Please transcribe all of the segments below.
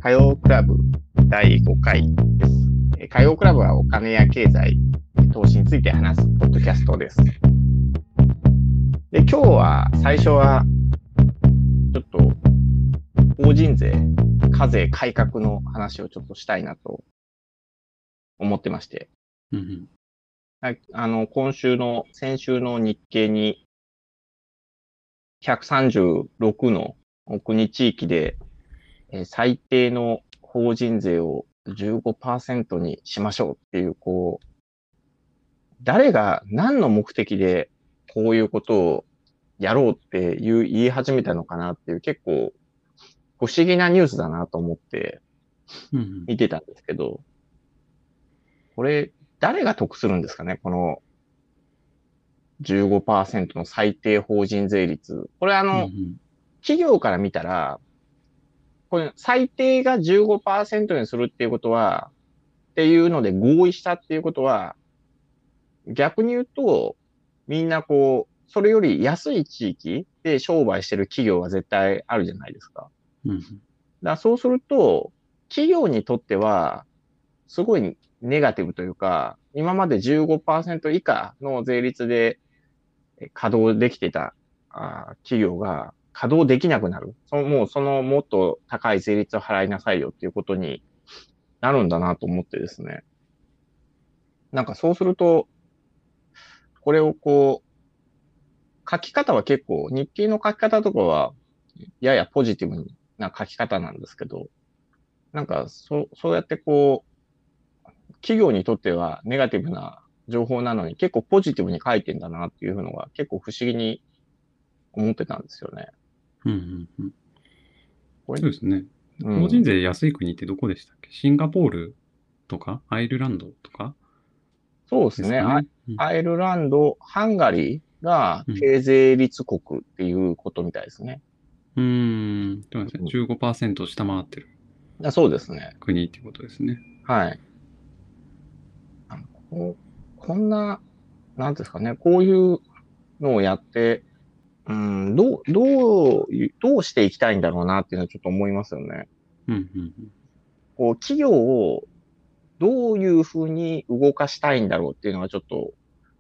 火曜クラブ第5回です。火曜クラブはお金や経済、投資について話すポッドキャストです。で、今日は最初はちょっと法人税、課税改革の話をちょっとしたいなと思ってまして。先週の日経に136の国地域で最低の法人税を 15% にしましょうっていう、誰が何の目的でこういうことをやろうって言い始めたのかなっていう結構不思議なニュースだなと思って見てたんですけど、これ誰が得するんですかね、この 15% の最低法人税率。これ企業から見たら、これ最低が 15% にするっていうことは、っていうので合意したっていうことは、逆に言うと、みんなそれより安い地域で商売してる企業は絶対あるじゃないですか。だからそうすると、企業にとっては、すごいネガティブというか、今まで 15% 以下の税率で稼働できてた企業が稼働できなくなる。もうもっと高い税率を払いなさいよっていうことになるんだなと思ってですね。なんかそうすると、これを書き方は結構、日経の書き方とかは、ややポジティブな書き方なんですけど、なんかそうやって企業にとってはネガティブな情報なのに結構ポジティブに書いてんだなっていうのが結構不思議に思ってたんですよね。 そうですね。法人税安い国ってどこでしたっけ？シンガポールとかアイルランドとかそうですね。アイルランド、ハンガリーが低税率国っていうことみたいですね。 そうですね。15% 下回ってる。 そうですね。 国っていうことですね。 はい。こんな、なんですかね、こういうのをやって、どうしていきたいんだろうなっていうのはちょっと思いますよね。企業をどういうふうに動かしたいんだろうっていうのはちょっと、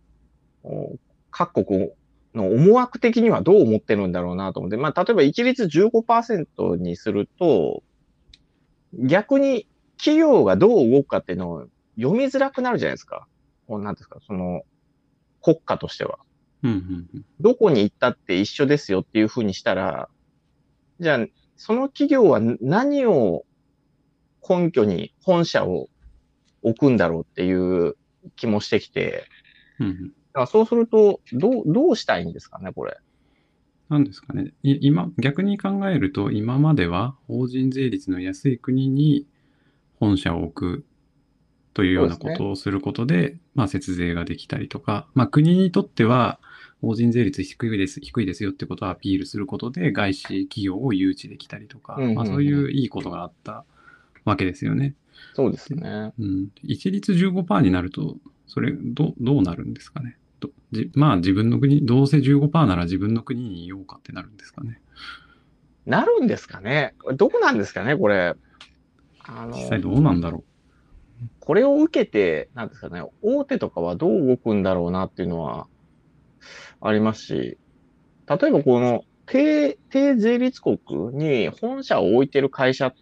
各国の思惑的にはどう思ってるんだろうなと思って、例えば一律 15% にすると、逆に企業がどう動くかっていうのを読みづらくなるじゃないですか。なんですか、国家としては。どこに行ったって一緒ですよっていうふうにしたら、じゃあ、その企業は何を根拠に本社を置くんだろうっていう気もしてきて、だからそうすると、どうしたいんですかね、これ。 なんですかね。逆に考えると、今までは法人税率の安い国に本社を置くというようなことをすることで、節税ができたりとか、国にとっては、法人税率低いですよってことをアピールすることで、外資企業を誘致できたりとか、そういういいことがあったわけですよね。 そうですね。 一律 15% になると、それどうなるんですかね。自分の国、どうせ 15% なら自分の国にいようかってなるんですかね。 なるんですかね。どうなんですかね、これ。 実際どうなんだろう。 これを受けて、なんですかね、大手とかはどう動くんだろうなっていうのはありますし、例えばこの低税率国に本社を置いてる会社って、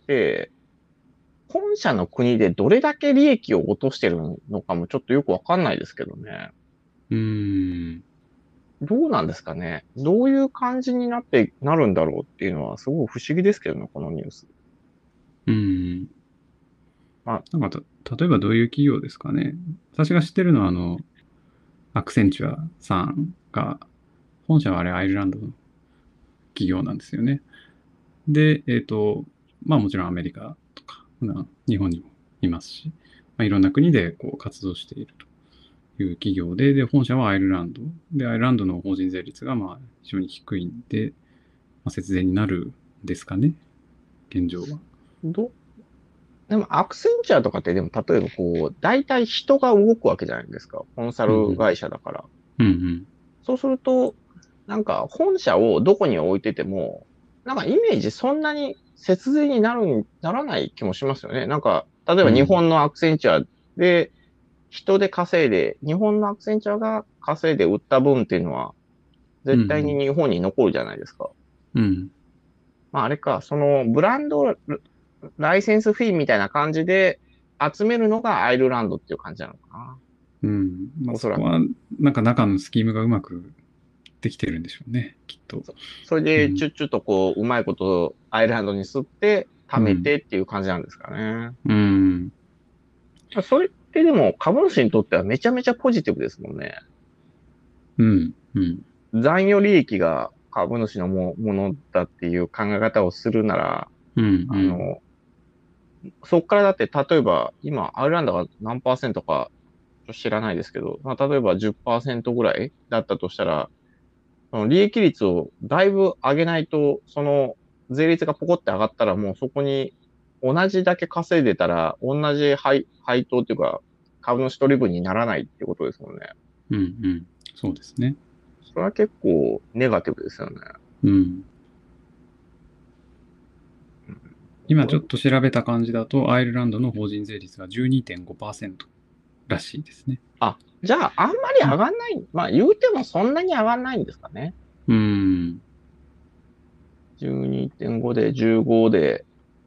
本社の国でどれだけ利益を落としてるのかもちょっとよくわかんないですけどね。どうなんですかね。どういう感じになるんだろうっていうのはすごい不思議ですけどね、このニュース。 なんか例えばどういう企業ですかね。私が知ってるのはアクセンチュアさんが、本社はあれアイルランドの企業なんですよね。で、もちろんアメリカとか、日本にもいますし、いろんな国で活動しているという企業で、本社はアイルランド。で、アイルランドの法人税率が非常に低いんで、節税になるんですかね、現状は。 でもアクセンチャーとかってでも例えば大体人が動くわけじゃないですか。コンサル会社だから。そうすると、なんか本社をどこに置いてても、なんかイメージそんなに節税にならない気もしますよね。なんか、例えば日本のアクセンチュアで、人で稼いで、日本のアクセンチュアが稼いで売った分っていうのは、絶対に日本に残るじゃないですか。 うん。 まああれか、そのブランドライセンスフィーみたいな感じで集めるのがアイルランドっていう感じなのかな。 うん。まあおそらく。 そこは、なんか中のスキームがうまくできてるんでしょうね、きっと。 それで、 うん。 ちょっとこう、うまいことアイルランドに吸って、貯めうん。 てっていう感じなんですかね。 うん。 それってでも株主にとってはめちゃめちゃポジティブですもんね。 うん。うん。 残余利益が株主のものだっていう考え方をするなら、 うん。うん。 あの、そっからだって、例えば、今、アイルランドが何パーセントか知らないですけど、まあ、例えば10%ぐらいだったとしたら、その利益率をだいぶ上げないと、その税率がポコって上がったら、もうそこに同じだけ稼いでたら、同じ配当っていうか、株主取り分にならないってことですもんね。 うん。うん。そうですね。 それは結構ネガティブですよね。 うん。 うん、 今ちょっそれと調べた感じだと、アイルランドの法人税率が 12.5% らしいですね。 じゃあ、あんまりうん。 上がんない。まあ、言うてもそんなに上がんないんですかね。 うん。 12.5で15で、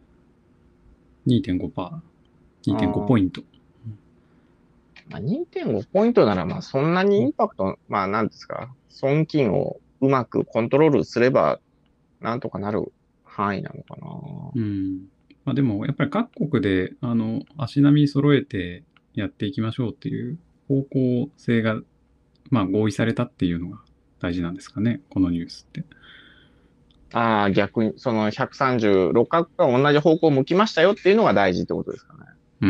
2.5%、2.5 あーポイント。 まあ、2.5ポイントなら、まあ、そんなにインパクト、まあ、なんですか、損金をうまくコントロールすれば、なんとかなる範囲なのかな。 うん。まあでも、やっぱり各国で、足並み揃えてやっていきましょうっていう方向性が、まあ合意されたっていうのが大事なんですかね、このニュースって。 ああ、逆に、その136カ国が同じ方向を向きましたよっていうのが大事ってことですかね。 うん。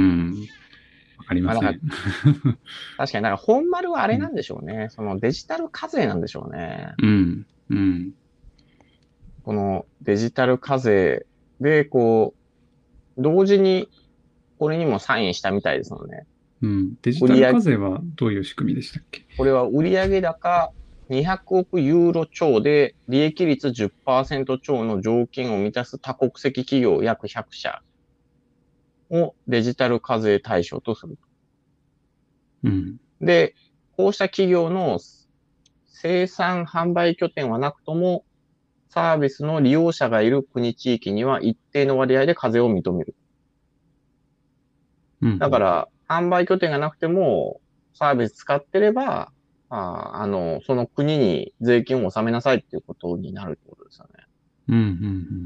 わかりまあ、だから、 ません。 確かに、だから本丸はあうん。 れなんでしょうね。そのデジタル課税なんでしょうね。 うん。うん。 このデジタル課税で、こう、同時にこれにもサインしたみたいですもんね。 うん。デジタル課売上、 税はどういう仕組みでしたっけ？ これは売上高200億ユーロ超で利益率10%超の条件を満たす多国籍企業約100社をデジタル課税対象とする。 うん。 で、こうした企業の生産販売拠点はなくともサービスの利用者がいる国地域には一定の割合で課税を認める。 うん。 だから、販売拠点がなくても、サービス使ってれば、その国に税金を納めなさいっていうことになるってことですよね。 うん。うん。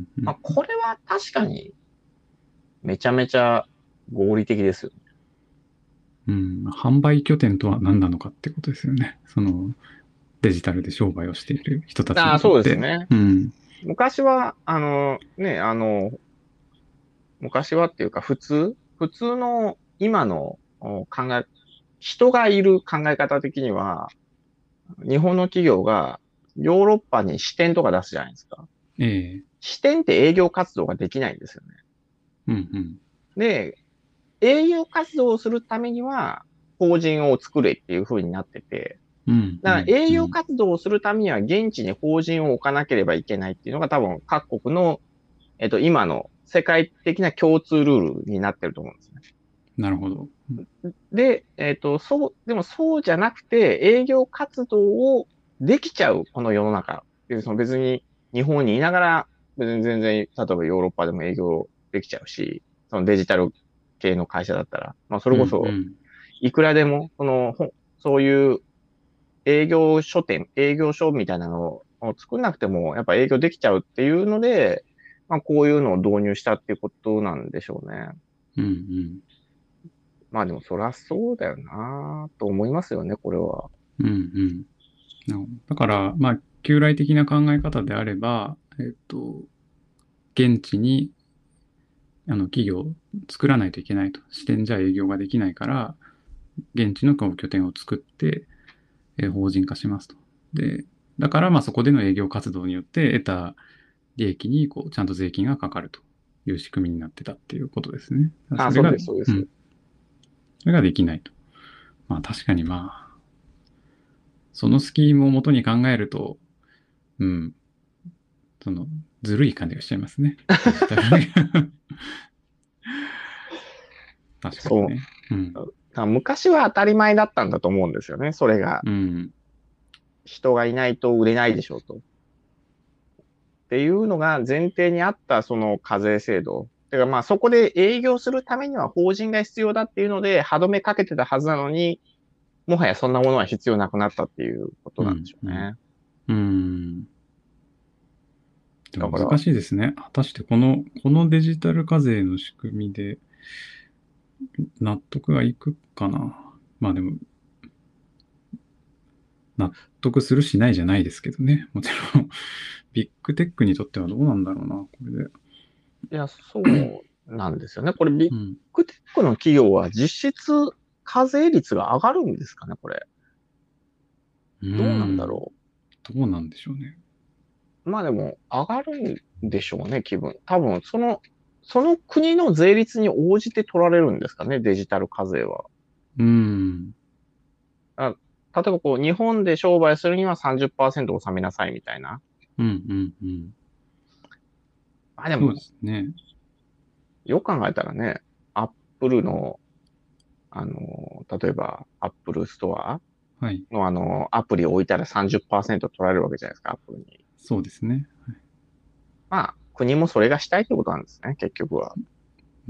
うん。 まあ、これは確かにめちゃめちゃ合理的ですよね。 うん。販売拠点とは何なのかってことですよね。そのデジタルで商売をしている人たちああ、そうですにとって。 ね。 うん。 昔は、昔はっていうか普通の今の人がいる考え方的には、日本の企業がヨーロッパに支店とか出すじゃないですか。 ええ。 支店って営業活動ができないんですよね。 うん。 で、営業活動をするためには、法人を作れっていう風になってて、 うん。うだからん。うん。 営業活動をするためには現地に法人を置かなければいけないっていうのが多分各国の、今の世界的な共通ルールになってると思うんですね。 なるほど。 で、でもそうじゃなくて営業活動をできちゃうこの世の中。でその別に日本にいながら別に全然、例えばヨーロッパでも営業できちゃうし、そのデジタル系の会社だったら、まあそうん。 れこそうん。 いくらでも、そういう営業書店、営業書みたいなのを作んなくても、やっぱ営業できちゃうっていうので、まあ、こういうのを導入したっていうことなんでしょうね。 うん。うん。 まあでも、そりゃそうだよなと思いますよね、これは。 うん。うん。なるほど。だから、まあ、旧来的な考え方であれば、現地に企業を作らないといけないと。支店じゃ営業ができないから、現地の拠点を作って、法人化しますと。で、だからまあそこでの営業活動によって得た利益にこうちゃんと税金がかかるという仕組みになってたっていうことですね。 あ、 それが、 そうです、そうです。 うん、それができないと。まあ確かにまあ、そのスキームを元に考えると、うん、 その、ずるい感じがしちゃいますね。デジタルで確かにそう。 ね。うん。 だから昔は当たり前だったんだと思うんですよね。それが。 うん。 人がいないと売れないでしょうと。っていうのが前提にあったその課税制度。てかまあそこで営業するためには法人が必要だっていうので歯止めかけてたはずなのに、もはやそんなものは必要なくなったっていうことなんでうん。うん。 しょうね。 うん。でもだから、 難しいですね。果たしてこのデジタル課税の仕組みで納得がいくかな。まあでも、納得するしないじゃないですけどね。もちろん、ビッグテックにとってはどうなんだろうな、これで。 いや、そうなんですよね。これビッうん。 グテックの企業は実質課税率が上がるんですかね、これ。 うどうなんだん。 ろどうなんでしょうね。 う。まあでも上がるんでしょうね、気分。多分、その国の税率に応じて取られるんですかね、デジタル課税は。 うん。 あ、例えばこう、日本で商売するには30%納めなさいみたいな。 うん、うん、うん。 まあでそうでも、 すね。 よく考えたらね、アップルの、例えば、アップルストアはい。 のアプリを置いたら30%取られるわけじゃないですか、アップルに。 そうですね。 まあ、国もそれがしたいってことなんですね、結局は。 うん。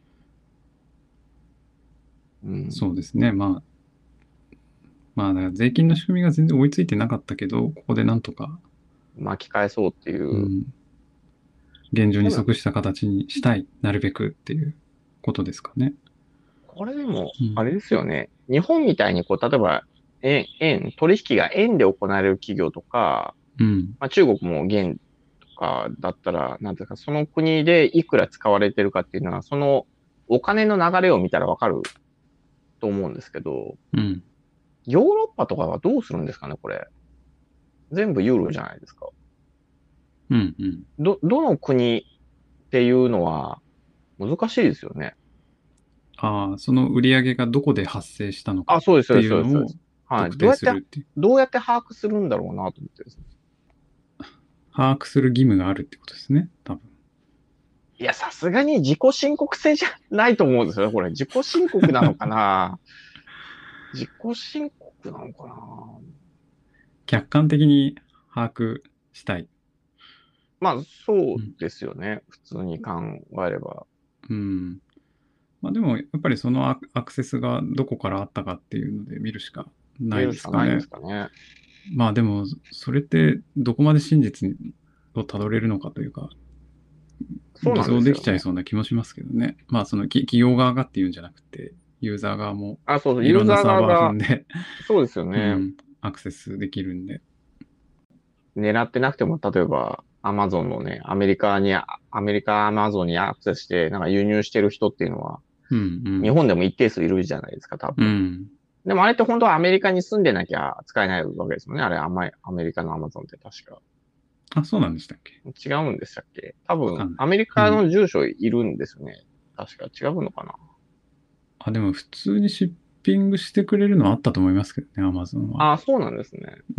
うん。 そうですね。まあ、だから税金の仕組みが全然追いついてなかったけど、ここでなんとか、 巻き返そうっていう。 うん、現状でも、 に即した形にしたい、なるべくっていうことですかね。 これでも、 うん。 あれですよね。日本みたいにこう、例えば、取引が円で行われる企業とか、 うん。 まあ、中国も元とかだったら、なんていうか、その国でいくら使われてるかっていうのは、そのお金の流れを見たらわかると思うんですけど、 うん。 ヨーロッパとかはどうするんですかね、これ。全部ユーロじゃないですか。 うん。うん。 どの国っていうのは難しいですよね。 ああ、その売り上げがどこで発生したのかっあ、そうです、そうてです、そうです、そういうのをです。はい。 特定するっていう、 どうやって把握するんだろうなと思ってですね。 把握する義務があるってことですね。多分。 いや、さすがに自己申告制じゃないと思うんですよね、これ。自己申告なのかな。自己申告なのかな。 客観的に把握したい。 まあ、そううん。 ですよね。普通に考えれば。 うん。まあでも、やっぱりそのアクセスがどこからあったかっていうので見るしかない見るしかないんでですかね。 すかね。 まあでも、それってどこまで真実をたどれるのかというか、 そうなんで偽装できちゃいすよね。 そうな気もしますけどね。まあその企業側がっていうんじゃなくて、ユーザー側もあ、そうそう、 いろんなユーザーサーバー踏側が、 んで、 そうですよね。 うん、アクセスできるんで。 狙ってなくても、例えば、アマゾンのね、アメリカアマゾンにアクセスして、なんか輸入してる人っていうのは、日うん本でも一定数いるじゃないですか、多うん。う分。 ん。 でもあれって本当はアメリカに住んでなきゃ使えないわけですもんね。あれ、アメリカのアマゾンって確か。 あ、そうなんでしたっけ？ 違うんでしたっけ？多分、 わかんない。 アメリうん。 カの住所いるんですよね。確か違うのかな。 あ、でも普通にシッピングしてくれるのはあったと思いますけどね、アマゾンは。 あ、そうなんですね。 うん。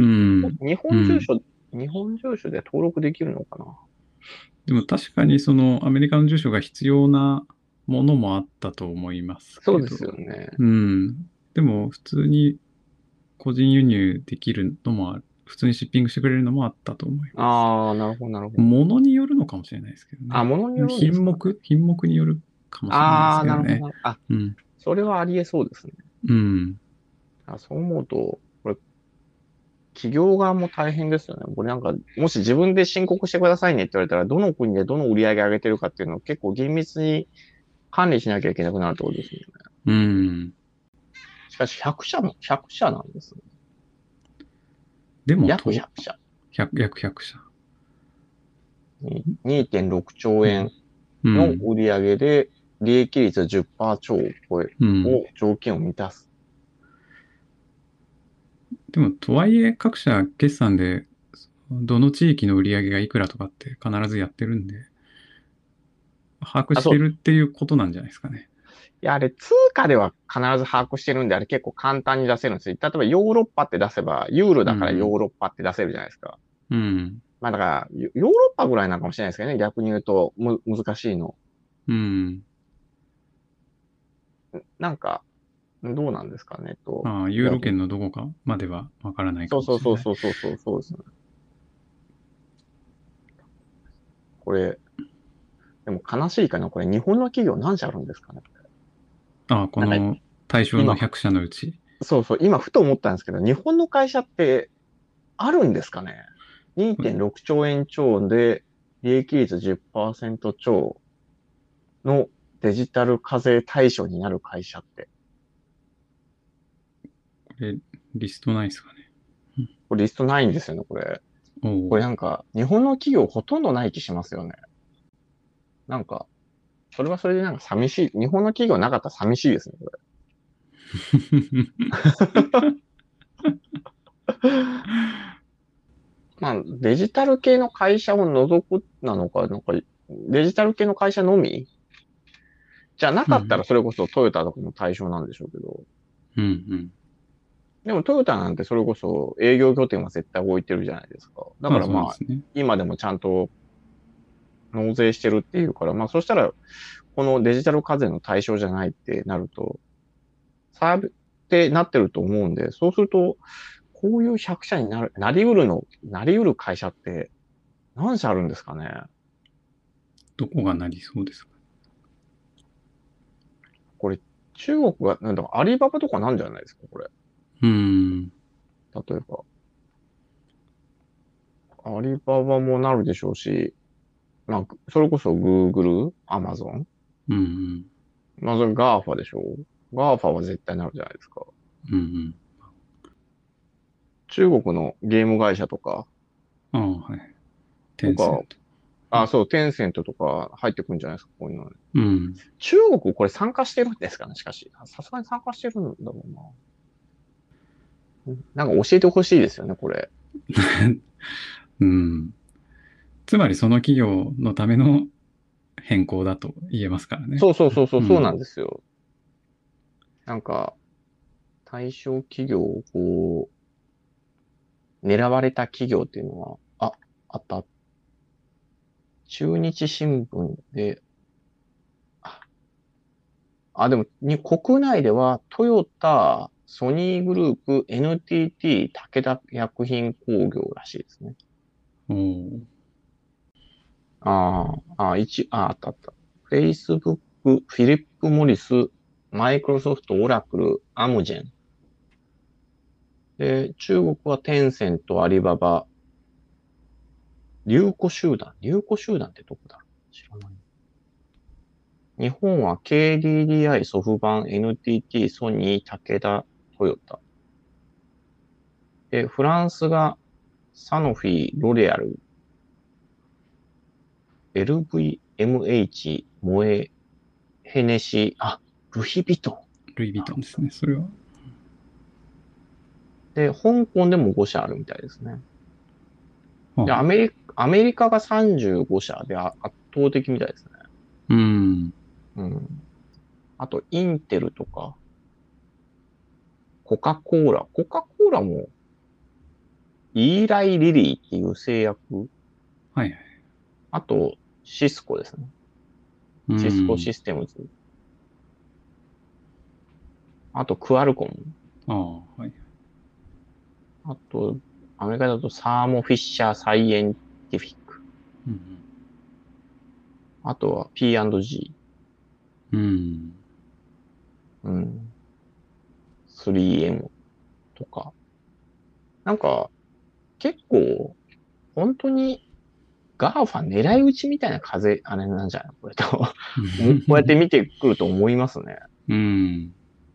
日うん。 本住所、日本住所で登録できるのかな。 でも確かにそのアメリカの住所が必要なものもあったと思いますそうですよけど、 ね。 うん。でも普通に個人輸入できるのもある。普通にシッピングしてくれるのもあったと思います。 ああ、なるほど、なるほど。 ものによるのかもしれないですけどあ、 ね。 ものによるんですかね。 品目によるかもしれないでああ、 すけどね。 なるほど、なるほど。あ、 うん。 それはありえそうですね。 うん。 あ、そう思うと、これ、企業側も大変ですよね。これなんか、もし自分で申告してくださいねって言われたら、どの国でどの売り上げ上げてるかっていうのを結構厳密に管理しなきゃいけなくなるってことですよね。 うん。 しかし100社なんですね。 でも、 約100社。 約100社。 2.6兆円うん。うん。 の売り上げで、利益率10%超を超え、 うん。 条件を満たす。 でも、とはいえ、各社決算で、どの地域の売り上げがいくらとかって必ずやってるんで、把握あ、 してそう。 るっていうことなんじゃないですかね。 いや、あれ、通貨では必ず把握してるんで、あれ結構簡単に出せるんですよ。例えばヨーロッパって出せば、ユーロだからヨうん。 ーロッパって出せるじゃないですか。 うん。 まあだから、ヨーロッパぐらいなのかもしれないですけどね。逆に言うと、難しいの。 うん。 なんか、どうなんですかね、 ああ、ユーロ逆に。 圏のどこかまではわからないかそうそうもしれない。 そうそうそうそうそうですね。これ、でも悲しいかな。これ日本の企業何社あるんですかね。 ああ、こなんかの対象の今、 100社のうち。 そうそう、今ふと思ったんですけど、日本の会社ってあるんですかね。2.6兆円超で、利益率10%超のデジタル課税対象になる会社って。 これ、リストないですかね。 これリストないんですよね、これ。 おお。 これなんか、日本の企業ほとんどない気しますよね。なんか、それはそれでなんか寂しい。日本の企業なかったら寂しいですね、これ。まあ、デジタル系の会社を除くなのか、なんか、デジタル系の会社のみじゃなかったらうん。 それこそトヨタとかも対象なんでしょうけど。 うん。うん。 でもトヨタなんてそれこそ営業拠点は絶対置いてるじゃないですか。だまあからまあ、 そうですね。 今でもちゃんと納税してるっていうから、まあそしたら、このデジタル課税の対象じゃないってなると、サービスってなってると思うんで、そうすると、こういう100社になりうる会社って何社あるんですかね。 どこがなりそうですか。 これ、中国が、なんだアリババとかなんじゃないですか、これ。 うん。 例えば。アリババもなるでしょうし、まあ、それこそ Google、Amazon。 うん。 まあ、それガーファでしょ。ガーファは絶対なるじゃないですか。 うん。うん。 中国のゲーム会社とか、 ああ、はい。テとか、 ンセント。うん。 そう、テンセントとか入ってくるんじゃないですか、こういうの。 うん。 中国これ参加してるんですかね、しかし。さすがに参加してるんだろうな。なんか教えてほしいですよね、これ。 うん。つまりその企業のための変更だと言えますからね。 そうそうそうそう、そうなんうん。 ですよ。なんか、対象企業をこう、狙われた企業っていうのは、あった。中日新聞で、あ、でも、国内では、トヨタ、ソニーグループ、NTT、武田薬品工業らしいですね。 おー。 あったあった。Facebook、フィリップ・モリス、マイクロソフト、オラクル、アムジェン。で、中国はテンセント、アリババ、流行集団ってどこだろう知らない。日本は KDDI、ソフバン、NTT、ソニー、武田、トヨタ。で、フランスがサノフィー、ロレアル、LVMH、モエ、ヘネシー、ルイ・ヴィトン。 ルイ・ヴィなるほど。 トンですね。それは。 で、香港でも5社あるみたいですね。で、 はあ、 アメリカが35社で圧倒的みたいですね。 うん。 うん。あと、インテルとか、コカ・コーラも、イーライ・リリーっていう製薬。 はいはい。 あと、シスコですね。 うシスコん。 システムズ。あと、クアルコム。 ああ、はい。 あと、アメリカだとサーモフィッシャーサイエンティフィック。 うん。 あとは P&G。 うん。 うん。3M とか。なんか、結構、本当にガーファ狙い撃ちみたいなあれなんじゃないのこれと。こうやって見てくると思いますね。 うん。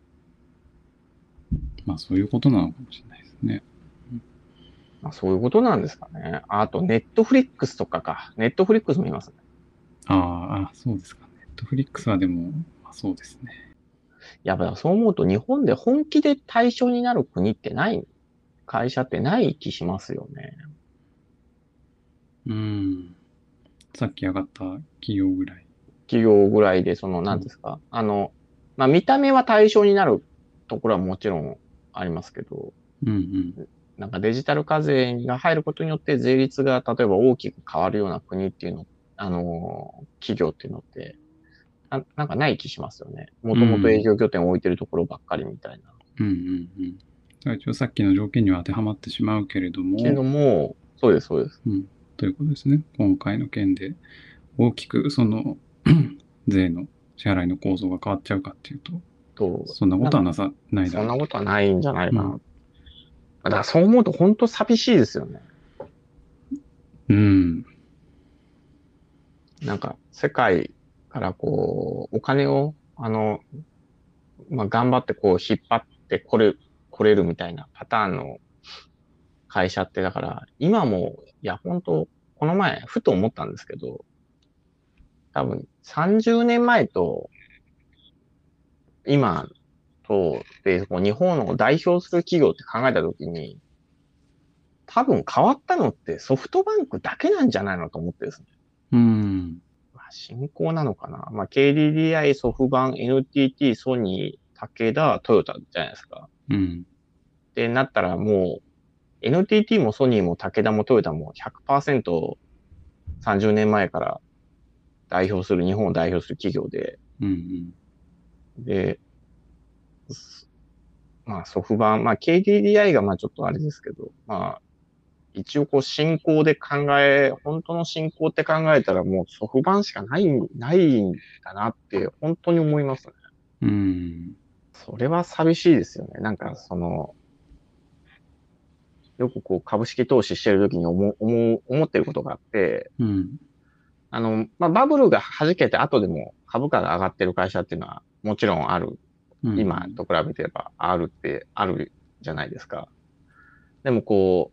まあそういうことなのかもしれないですね。 まあそういうことなんですかね。あと、ネットフリックスとかか。ネットフリックスもいますね。 ああ、そうですか。ネットフリックスはでも、まあ、そうですね。 やっぱそう思うと日本で本気で対象になる国って会社ってない気しますよね。 うん。さっき上がった企業ぐらい。 企業ぐらいで、 うん。 なんですか。まあ見た目は対象になるところはもちろんありますけど、 うん。 なんかデジタル課税が入ることによって税率が例えば大きく変わるような国っていうの、企業っていうのって、なんかない気しますよね。もともと営業拠点を置いてるところばっかりみたいな。 うんうんうん。だから一応さっきの条件には当てはまってしまうけれどけれも、 ども、そうです、そうです。 うん、ということですね。今回の件で大きくその税の支払いの構造が変わっちゃうかっていうと、そんなことはないだろうと。 そんなことはないんじゃないかな。 うん。 だからそう思うと本当寂しいですよね。 うん。 なんか世界からお金を、頑張って引っ張ってこれるみたいなパターンの会社って、だから今も、いや本当この前ふと思ったんですけど、多分30年前と今とで、日本を代表する企業って考えたときに、多分変わったのってソフトバンクだけなんじゃないのと思ってですね。 うん。 新興なのかな。KDDI、ソフバン、NTT、ソニー、武田、トヨタじゃないですか。 うん。 で、なったらもう、NTT もソニーも武田もトヨタも100% 30年前から日本を代表する企業で、 うん。 で、ソフバン、KDDI がちょっとあれですけど、一応進行で本当の進行って考えたらもうソフバンしかないんだなって本当に思いますね。 うん。 それは寂しいですよね。よく株式投資してるときに思ってることがあって、 うん。 バブルが弾けて後でも株価が上がってる会社っていうのはもちろんある。 うん。 今と比べてればあるじゃないですか。でも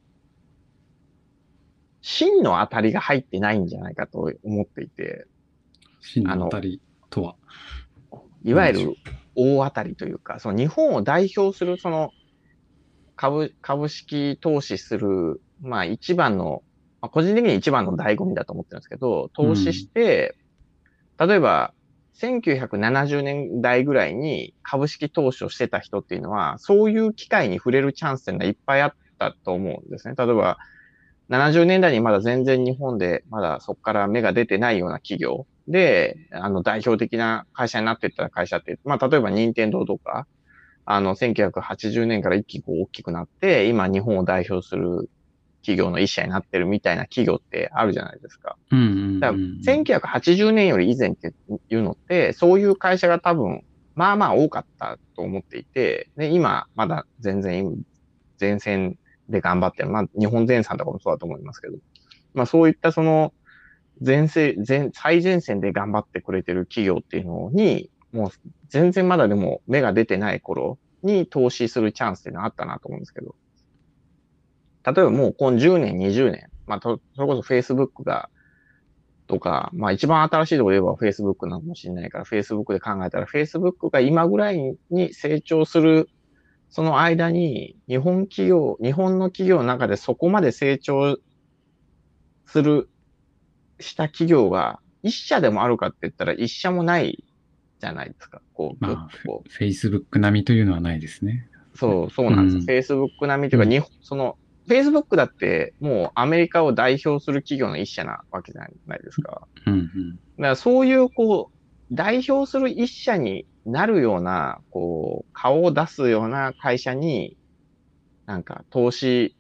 真の当たりが入ってないんじゃないかと思っていて、 真あの、 の当たりとはいわゆる何でしょ大当たりというか、その日本を代表するその株式投資する、一番の、個人的に一番の醍醐味だと思ってるんですけど、 う。う投資しん。 て、例えば、1970年代ぐらいに株式投資をしてた人っていうのは、そういう機会に触れるチャンスっていうのはいっぱいあったと思うんですね。例えば、70年代にまだ全然日本でまだそこから芽が出てないような企業で、代表的な会社になっていった会社って、例えば任天堂とか、1980年から一気に大きくなって、今日本を代表する企業の一社になってるみたいな企業ってあるじゃないですか。 うん。うだからん。 1980年より以前っていうのって、そういう会社が多分、まあまあ多かったと思っていて、で、今、まだ全然前線で頑張ってる。日本全産とかもそうだと思いますけど、そういったその、最前線で頑張ってくれてる企業っていうのに、もう全然まだでも芽が出てない頃に投資するチャンスっていうのはあったなと思うんですけど、例えばもうこの10年、20年、それこそ Facebook とか、一番新しいところで言えば Facebook なのかもしれないから、Facebook で考えたら、Facebook が今ぐらいに成長する、その間に、日本の企業の中でそこまで成長する、した企業が一社でもあるかって言ったら一社もないじゃないですか。ぐっと Facebook 並みというのはないですね。 そうなんですよ。 うん。 Facebook 並みというか、 うん。 Facebook だってもうアメリカを代表する企業の一社なわけじゃないですか。 うん。 だからそういう代表する一社になるような、顔を出すような会社に、なんか投資、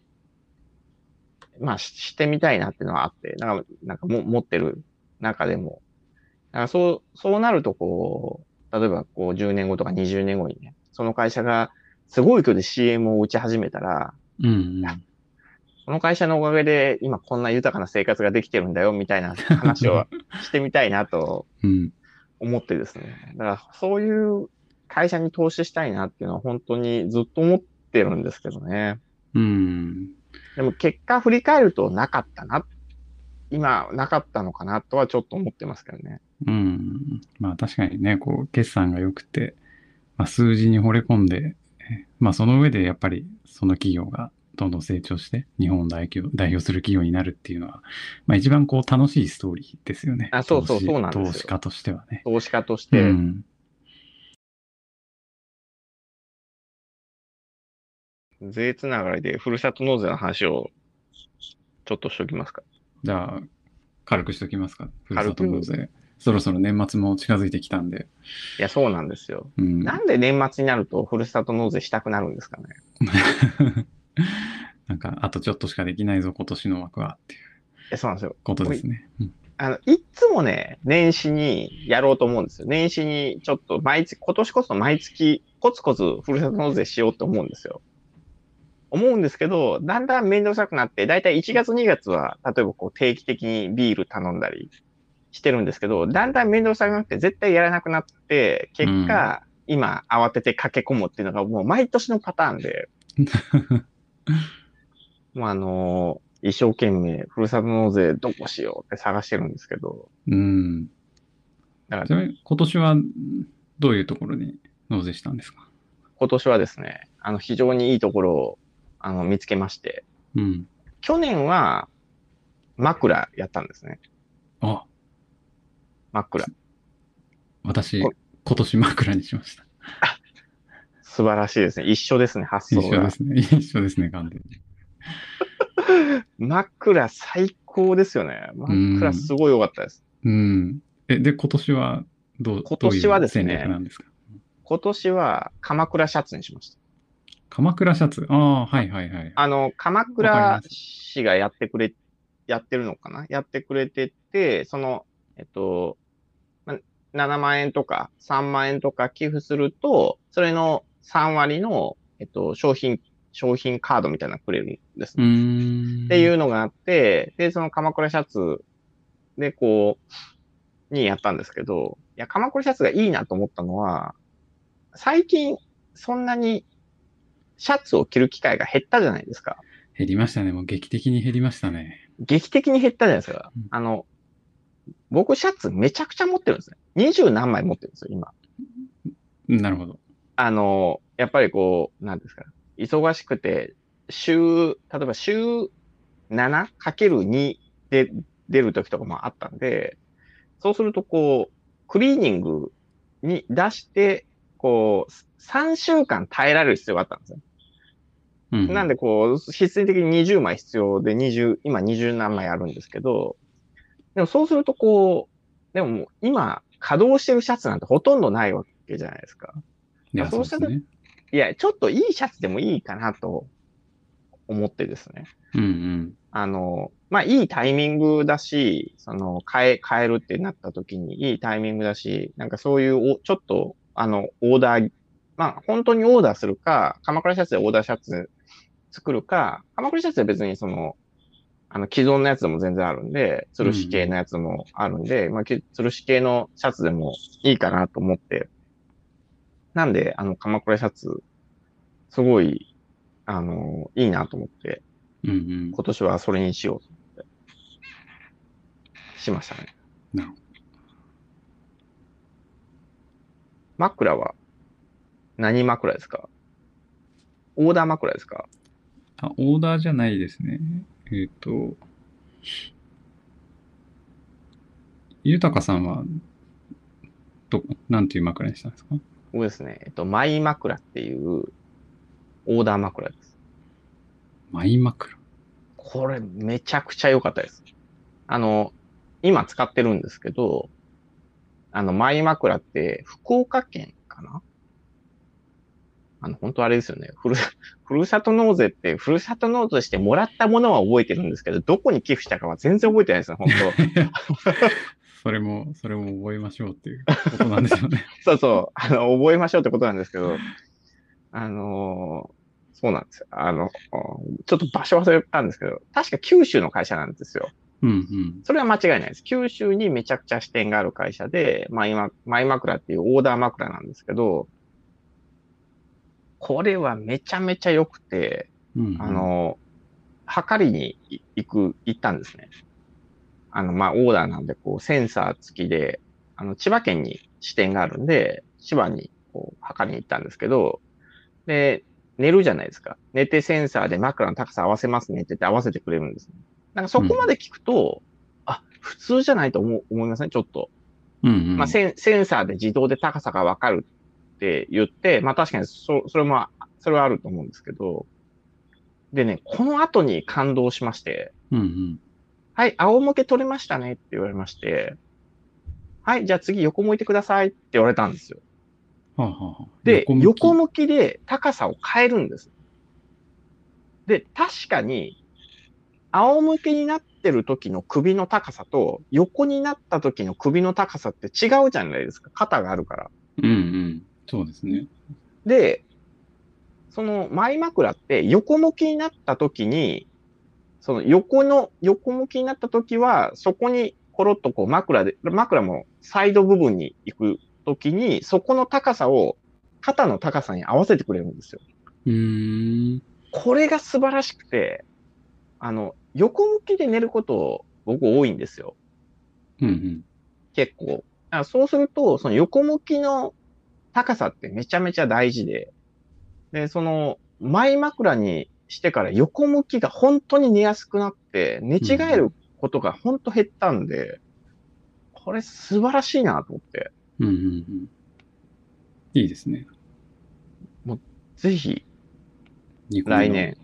してみたいなっていうのはあって、持ってる中でも。だからそうなると例えば10年後とか20年後にね、その会社がすごい勢いで CM を打ち始めたら、 うん。ういやん。 この会社のおかげで今こんな豊かな生活ができてるんだよ、みたいな話をしてみたいなとうん。 思ってですね。だからそういう会社に投資したいなっていうのは本当にずっと思ってるんですけどね。 うん。 でも結果振り返るとなかったな。今なかったのかなとはちょっと思ってますけどね。 うん。まあ確かにね、決算が良くて、数字に惚れ込んで、その上でやっぱりその企業がどんどん成長して日本を代表する企業になるっていうのは、一番楽しいストーリーですよね。 そうなんですよ。 投資家としてはね。 投資家としうて。 ん。 税つながりでふるさと納税の話をちょっとしときますか。 じゃあ、軽くしときますか。ふるさと納軽く。 税。そろそろ年末も近づいてきたんで。 いや、そうなんですよ。 うん。 なんで年末になるとふるさと納税したくなるんですかね。 なんか、あとちょっとしかできないぞ、今年の枠はっていうそうなんですよ。 ことですね。うん。 いっつもね、年始にやろうと思うんですよ。年始にちょっと毎月、今年こそ毎月コツコツふるさと納税しようと思うんですよ。思うんですけど、だんだんめんどくさくなって、だいたい1月2月は、例えばこう定期的にビール頼んだりしてるんですけど、だんだんめんどくさくなって絶対やらなくなって、 うん。 結果、今慌てて駆け込むっていうのがもう毎年のパターンで、もう一生懸命ふるさと納税どこしようって探してるんですけど、 うん。 だからちなみに今年はどういうところに納税したんですか？ 今年はですね、非常にいいところを、見つけまして、 うん。 去年は枕やったんですね。 あ、 枕。 私、 こ今年枕にしました。 素晴らしいですね。一緒ですね、発一想が。 緒ですね。一緒ですね、完全に。 枕最高ですよね。 う枕ん。 すごい良かったです。 うん。で、今年はどう今年はいう戦略ですね、 なんですか？ 今年は鎌倉シャツにしました。 鎌倉シャツ。ああ、はいはいはい。 鎌倉わかります。 市がやってるのかなやってくれてて、えっと、ま7万円とか3万円とか寄付すると、それの3割の、商品カードみたいなのくれるんですうーね。っていん。 うのがあって、で、その鎌倉シャツでにやったんですけど、いや、鎌倉シャツがいいなと思ったのは、最近そんなにシャツを着る機会が減ったじゃないですか。 減りましたね。もう劇的に減りましたね。 劇的に減ったじゃないですか。 うん僕シャツめちゃくちゃ持ってるんですね。20何枚持ってるんですよ、今。 なるほど。 やっぱりなんですか。忙しくて、例えば週 7×2 で出る時とかもあったんで、そうするとクリーニングに出して、3週間耐えられる必要があったんですよ。なんうんで必然的に20枚必要で今20何枚あるんですけど、でもそうするとでももう今稼働してるシャツなんてほとんどないわけじゃないですか。 いや、 そうしたら、 そうですね。 いや、ちょっといいシャツでもいいかなと思ってですね。 うんうん。 まあ、いいタイミングだし、変えるってなった時にいいタイミングだし、なんかそういうちょっと、オーダー、まあ、本当にオーダーするか、鎌倉シャツでオーダーシャツ作るか、鎌倉シャツで別に既存のやつでも全然あるんで、吊うんうるし系のん。 やつもあるんで、まあ、吊るし系のシャツでもいいかなと思って、なんで、鎌倉シャツ、すごい、いいなと思って、 うんうん。 今年はそれにしようと思ってしましたね。 なるほ枕は何枕ですか？オーダー枕ですか？ ど。オーダーじゃないですね。ゆたかさんは、なんていう枕にしたんですか？ 僕ですね、マイ枕っていうオーダー枕です。 マイ枕。 これめちゃくちゃ良かったです。あの、今使ってるんですけど、マイ枕って福岡県かな。本当あれですよね。ふるさと納税って、ふるさと納税してもらったものは覚えてるんですけど、どこに寄付したかは全然覚えてないですね、本当。 それも覚えましょうっていうことなんですよね。 そうそう、覚えましょうってことなんですけど、そうなんですよ。ちょっと場所忘れたんですけど、確か九州の会社なんですよ。 うんうん。 それは間違いないです。九州にめちゃくちゃ支店がある会社で、まあ今、マイ枕っていうオーダー枕なんですけど、これはめちゃめちゃ良くて、 うんうあん。 の、測りに行ったんですね。まあ、オーダーなんで、センサー付きで、千葉県に支店があるんで、千葉に、測りに行ったんですけど、で、寝るじゃないですか。寝てセンサーで枕の高さ合わせますねって言って合わせてくれるんですね。なんかそこまで聞くと、普通じゃないと思いますね、ちょっと。 うんうまあ、 ん。 センサーで自動で高さがわかるって言って、まあ確かにそれはあると思うんですけど、 でね、この後に感動しまして、 うんうん。 はい、仰向け取れましたねって言われまして、はい、じゃあ次横向いてくださいって言われたんですよ。 はあはあはあ。 で、 横向き。 横向きで高さを変えるんです。で、確かに、仰向けになってる時の首の高さと、横になった時の首の高さって違うじゃないですか。肩があるから。 うんうん。そうですね。 で、その前枕って横向きになった時に、その横向きになった時は、そこにコロッとこう枕もサイド部分に行く時に、そこの高さを肩の高さに合わせてくれるんですよ。 うーん。 これが素晴らしくて、横向きで寝ること僕多いんですよ。 うんうん。 結構。そうすると、その横向きの高さってめちゃめちゃ大事で、で、その前枕にしてから横向きが本当に寝やすくなって、寝違えるうんことが本当減ったんで、これ素晴らしいなと思って、 うん。うんうんうん。いいですね。 もうぜひ煮込みの来年。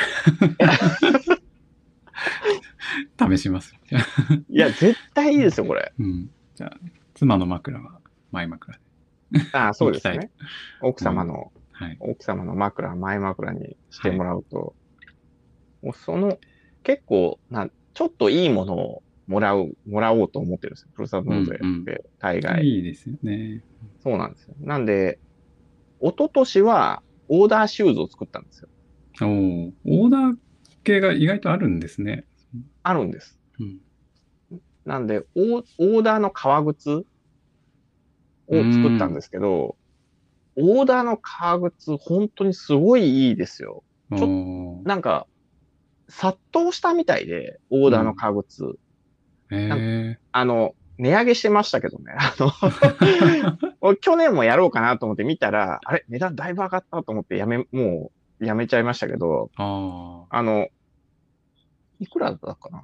試します。じゃあ、 いや、絶対いいですよ、これ。 うん。じゃあ、妻の枕は前枕でそう置きたいとですね。奥思います。 様の、 はい。 奥様の枕、前枕にしてはい。 もらうと、もう結構ちょっといいものをもらおうと思ってるんですよ。ふるさとう納税っんうん。 て、大概。 いいですよね。 そうなんですよ。なんで、一昨年はオーダーシューズを作ったんですよ。 おー、オーダー系が意外とあるんですね。 あるんです。 うん。 なんで、オーダーの革靴うーを作ったんでん。 すけど、オーダーの革靴、本当にすごいいいですよ。 おちょっと、 ー。 なんか、殺到したみたいで、オーダーのうん。 革靴。なんか、 え値上げしてましたけどね。 ー。 去年もやろうかなと思って見たら、あれ、値段だいぶ上がったと思ってもうやめちゃいましたけど、 ああ。 あの、いくらだったかな？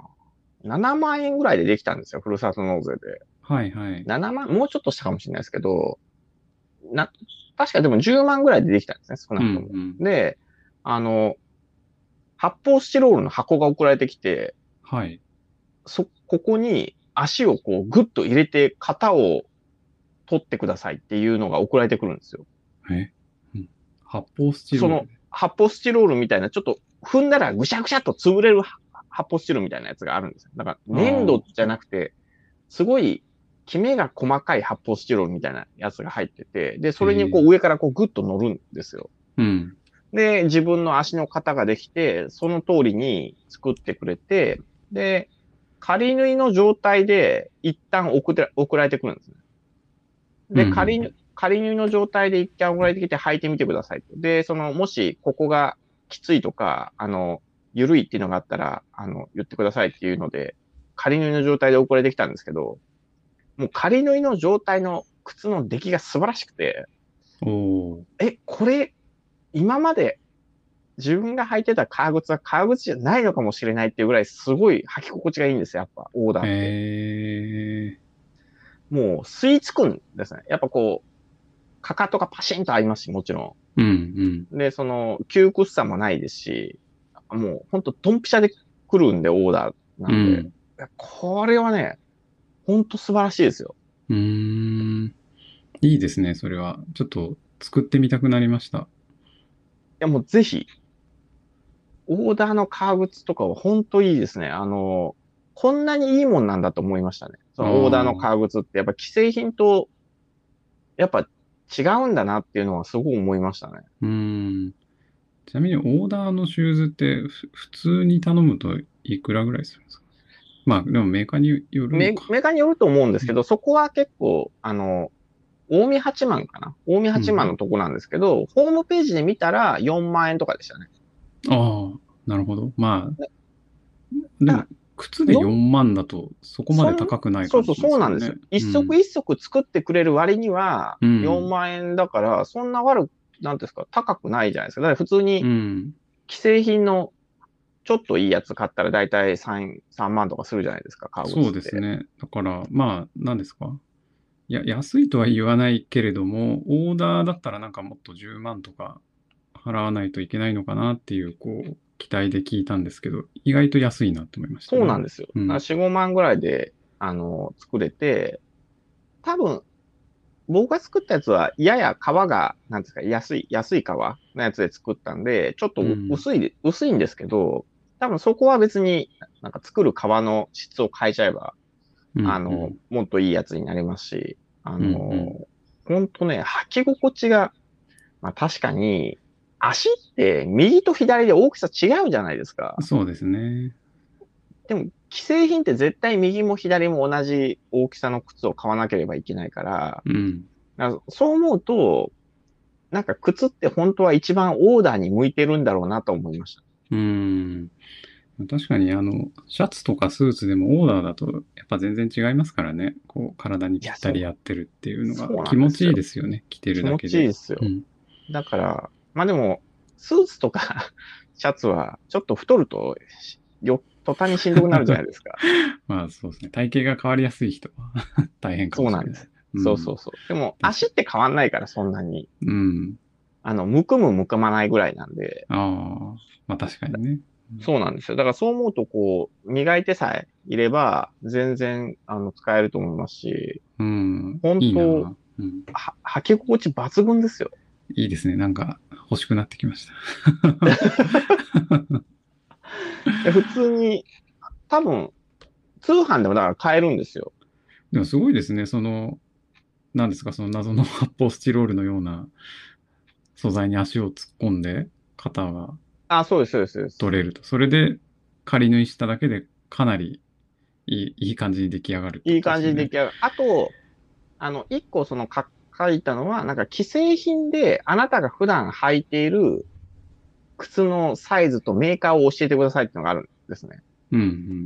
7 万円ぐらいでできたんですよ、ふるさと納税で。 はいはい。 7万、もうちょっとしたかもしれないですけど、な、確かでも10万ぐらいでできたんですね、少なうんくとも。 うん。 で、あの、発泡スチロールの箱が送られてきて、 はい。 ここに足をこうグッと入れて型を取ってくださいっていうのが送られてくるんですよ。 え、うん、発泡スチそのロールで。 発泡スチロールみたいな、ちょっと踏んだらぐしゃぐしゃっと潰れる発泡スチロールみたいなやつがあるんですよ。だから粘土じあゃなくて、すごいキメが細かい発泡スチロールみたいなやつが入ってて、で、 あ。 それにこう上からこうグッと乗るんですよ。 うん。 で、自分の足の型ができて、その通りに作ってくれて、で、仮縫いの状態で一旦送られてくるんですね。 うんうで、 ん仮縫いの状態で一旦送られてきて履いてみてくださいと。で、もしここがきついとか、緩いっていうのがあったら、言ってくださいっていうので、仮縫いの状態で送られてきたんですけど、もう仮縫いの状態の靴の出来が素晴らしくて、 うん。おー。 これ、今まで自分が履いてた革靴は革靴じゃないのかもしれないっていうぐらいすごい履き心地がいいんですよ、やっぱ、オーダーって。 えもう吸い付くんですね。やっぱこう、かかとがパシンと合いますし、もちろー。うんん。で、窮屈さもないですし、もうほんとドンピシャで来るんで、オーダーなうん。 んで。 うん。 これはね、ほんと素晴らしいですよ。 うーん。いいですね、それは。ちょっと作ってみたくなりました。 いや、もうぜひ、オーダーの革靴とかはほんといいですね。こんなにいいもんなんだと思いましたね。そあのオーダーのあ。 革靴ってやっぱ既製品とやっぱ違うんだなっていうのはすごい思いましたね。 うーん。ちなみにオーダーのシューズって普通に頼むといくらぐらいするんですか？まあ、でもメーカーによるのか。 メーカーによると思うんですうんけど、そこは結構、大見八幡かな大見八幡のうんとこなんですけど、ホームページで見たら4万円とかでしたね。 うん。ああ、なるほど。まあ、でも、 だ靴で 4、 4万だとそこまで高くないそうそう感じしますよね。 そうなんですよ。一うん。 足一足作ってくれる割には4 うん。 万円だから、そんななんですか、高くないじゃないですか。だから普通うにん。 既製品のちょっといいやつ買ったらだいたい3万とかするじゃないですか、革そう靴って。 ですね。だから、まあ、何ですか。いや、安いとは言わないけれども、オーダーだったらなんかもっと10万とか払わないといけないのかなっていう、こう、 期待で聞いたんですけど、意外と安いなと思いましたね。 そうなんですよ。 うん。 4、5万ぐらいで、作れて、多分、僕が作ったやつは、やや皮が、なんですか、安い皮のやつで作ったんで、ちょっとうん。 薄いんですけど、多分そこは別に、なんか作る皮の質を変えちゃえば、 うん。うん。 もっといいやつになりますし、 うん。 ほんとね、履き心地が、まあ確かに、足って右と左で大きさ違うじゃないですか。 そうですね。 でも、既製品って絶対右も左も同じ大きさの靴を買わなければいけないから、 うん。 そう思うと、なんか靴って本当は一番オーダーに向いてるんだろうなと思いました。 うん。確かに、シャツとかスーツでもオーダーだと、やっぱ全然違いますからね。こう、体にいや、 ぴったり合ってるっていうのがそうな気持ちいいんですよ。 ですよね。着てる気持ちいいだけで。 ですよ。 うん。 だから、まあでも、スーツとかシャツはちょっと太ると、途端にしんどくなるじゃないですか。 まあそうですね。体型が変わりやすい人は大変かもしれない。 そうなんです。 うん。 そうそうそう。でも、 確か足って変わんないから、そんなに。 に。うん。 むくむむくまないぐらいなんで、 ああ、まあ確かにね。 そうなんですよ。だからそう思うと、こう、磨いてさえいれば、全然、使えると思いますし、 うん。うん、 本当、 いいな。うん。 履き心地抜群ですよ。 いいですね。なんか欲しくなってきました。 で普通に、多分、通販でもだから買えるんですよ。 でもすごいですね。何ですか、その謎の発泡スチロールのような素材に足を突っ込んで、型があ、そうです、そうです、そうです。 取れると。それで仮縫いしただけでかなりいい感じに出来上がるっていいことですよね。 感じに出来上がる。あと、一個書いたのは、なんか既製品であなたが普段履いている靴のサイズとメーカーを教えてくださいっていうのがあるんですね。 うん、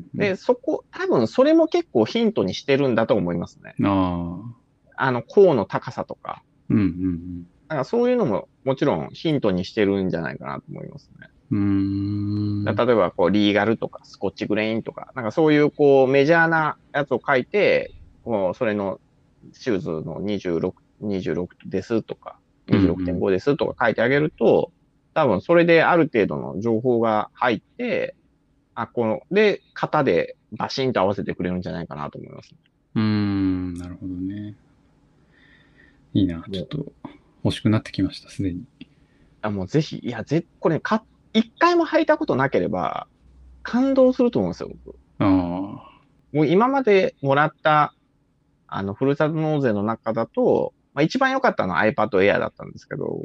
うん、 で、多分それも結構ヒントにしてるんだと思いますね。 うん。ああ、 甲の高さとか。 うん、 なんかそういうのももちろんヒントにしてるんじゃないかなと思いますね。 うん、うん。うーん。 例えば、こう、リーガルとか、スコッチグレインとか、なんかそういう、こう、メジャーなやつを書いて、こう、それの、シューズの26ですとか、 うん、 26.5ですとか書いてあげると、多分それである程度の情報が入って、で、型でバシンと合わせてくれるんじゃないかなと思いますね。 うん。うーん、なるほどね。いいな。ちょっもう、 と欲しくなってきました、すでに。 もうぜひ、いや、これ一回も履いたことなければ、感動すると思うんですよ、僕。 ああ、 もう今までもらった、ふるさと納税の中だと、まあ、一番良かったのは iPad Air だったんですけど、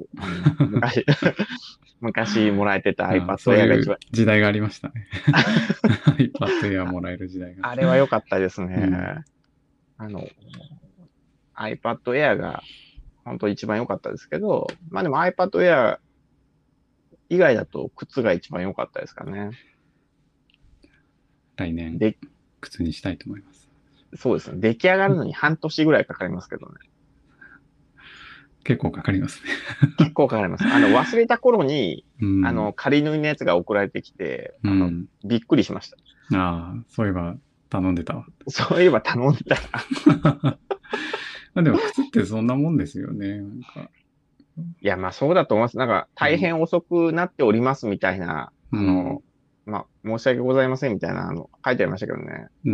昔もらえてたああ、 iPad そう Air がいう一番、 時代がありましたね。iPad Air もらえる時代が。 あれは良かったですうん。 ね。あの、iPad Air が本当一番良かったですけど、まあでも iPad Air 以外だと靴が一番良かったですかね。 来年、 で、 靴にしたいと思います。 そうですね。出来上がるのに半年ぐらいかかりますけどね。 結構かかりますね。 結構かかります。忘れた頃に、 うん。 仮縫いのやつが送られてきて、 うん。 びっくりしました。 ああ、そういえば頼んでたわ。 そういえば頼んでたら。 まあでも靴ってそんなもんですよね。なんか。 いや、まあそうだと思います。なんか、 うん。 大変遅くなっておりますみたいな、 うん。 まあ、申し訳ございませんみたいな、書いてありましたけどね。 うん。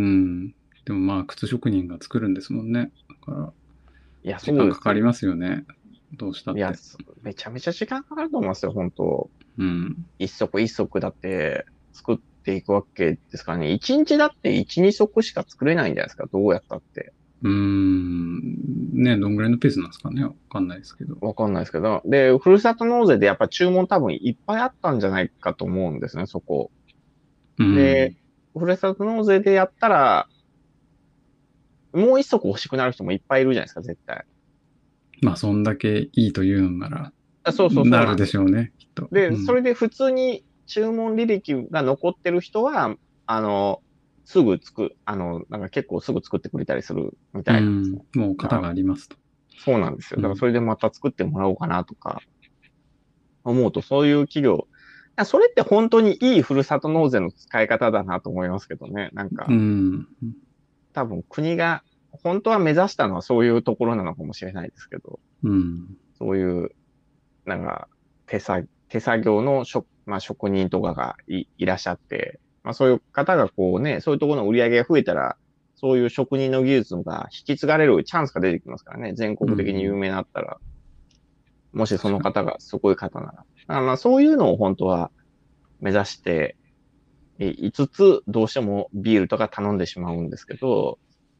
でもまあ、靴職人が作るんですもんね。だから、 いや、 時そうですよ。 間かかりますよね。どうしたっいや、 て。 めちゃめちゃ時間かかると思いますよ、本当うん。 一足一足だって作っていくわけですからね。一日だって一、二足しか作れないんじゃないですか、どうやったって。 うーん。ね、どんぐらいのペースなんですかね。わかんないですけど。 わかんないですけど。で、ふるさと納税でやっぱ注文多分いっぱいあったんじゃないかと思うんですね、そこ。 うで、 ん。 ふるさと納税でやったら、もう一足欲しくなる人もいっぱいいるじゃないですか、絶対。 まあ、そんだけいいというのなら、 そうなるなんですよ。 でしょうね、きっと。うで、そん。 れで普通に注文履歴が残ってる人は、あの、すぐ作、あの、なんか結構すぐ作ってくれたりするみうたいなんですね。 ん。もう型だから、 がありますと。 そうなんですよ。だからそうん。 れでまた作ってもらおうかなとか思うと、そういう企業、それって本当にいいふるさと納税の使い方だなと思いますけどね。なんうか、 ん。 多分国が、本当は目指したのはそういうところなのかもしれないですけど、 うん。 そういう、なんか、手作業のまあ職人とかがいらっしゃって、まあそういう方がこうね、そういうところの売り上げが増えたら、そういう職人の技術が引き継がれるチャンスが出てきますからね。全国的に有うん。 名になったら、もしそ確かに。 の方がすごい方なら。だからまあそういうのを本当は目指して、5つどうしてもビールとか頼んでしまうんですけど、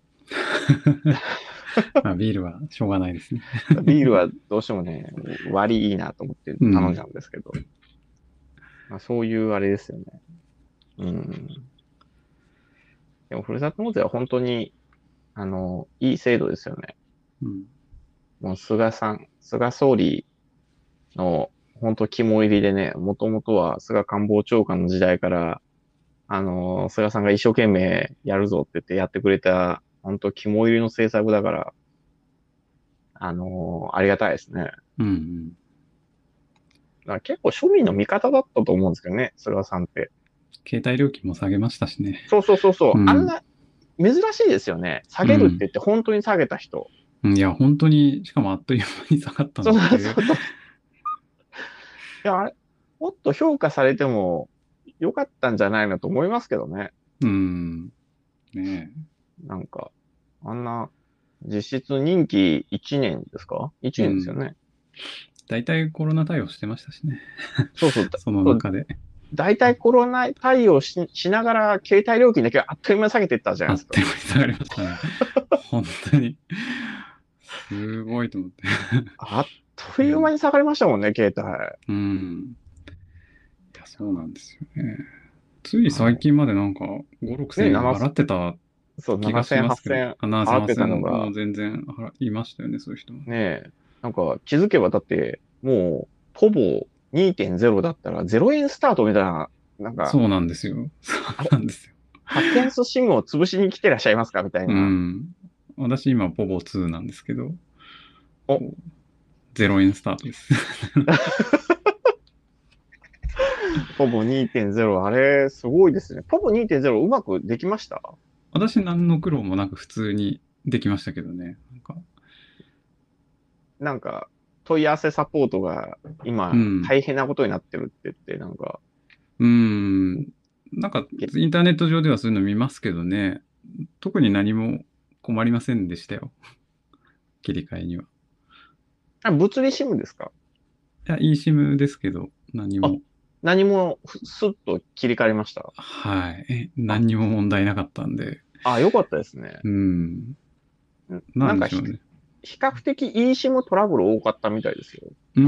まあ、ビールはしょうがないですね。 ビールはどうしてもね、割いいなと思ってうん。 頼んじゃうんですけど、まあそういうあれですよね。うん。でもふるさと納税は本当に、いい制度ですよね。 うん。 もう菅総理の本当肝入りでね、もともとは菅官房長官の時代から、菅さんが一生懸命やるぞって言ってやってくれた、本当肝入りの政策だから、ありがたいですね。だかうんうん。 ら結構庶民の味方だったと思うんですけどね、菅さんって。 携帯料金も下げましたしね。 そうそうそうそう。 うん。 あんな、珍しいですよね。下げるってうん。 言って本当に下げた人。 いや、本当に、しかもあっという間に下がったそうなっていう。 そうそう。いや、あれ、もっと評価されてもよかったんじゃないのと思いますけどね。 うん。ねなんか、あんな、実質任期1年ですか？ え。 1 うん。 年ですよね。 大体コロナ対応してましたしね。 そうそう。 その中で。 大体コロナ対応しながら、携帯料金だけはあっという間に下げていったじゃないですか。 あっという間に下がりましたね。本当に。すごいと思って。 あっという間うん。 に下がりましたもんね、携帯。 うん。いや、そうなんですよね。つい最あの、 近までなんか5、6 ね、 千円払ってたそう、 気がし 7000、 ますけど、 8000 あ、7千、 払ってたの 8千もが、 う全然払いましたよね、そういう人も。 ね、なんか気づけばだって、もう、ほぼ2.0だったら0円スタートみたいな、なんか、 そうなんですよ。そうあれ、 なんですよ。 パピアンスシムを潰しに来てらっしゃいますかみたいうな。 ん。私今、ポボ2なんですけど、 お、 こう、0円スタートです。 ポボ2.0、あれ、すごいですね。ポボ2.0うまくできました？ 私何の苦労もなく普通にできましたけどね。なんか、 なんか、問い合わせサポートが今うん。 大変なことになってるって言って、なんか、 うん。なんか、インターネット上ではそういうの見ますけどね。特に何も困りませんでしたよ。切り替えには。 物理シムですか？ いや、eSIM ですけど、何あ、 も、 何もスッと切り替わりました。 はい。 あ、 何にも問題なかったんで、 よかったですね。 うん。ななんかんでしょうね。 比較的 eSIM トラブル多かったみたいですよ。 うん。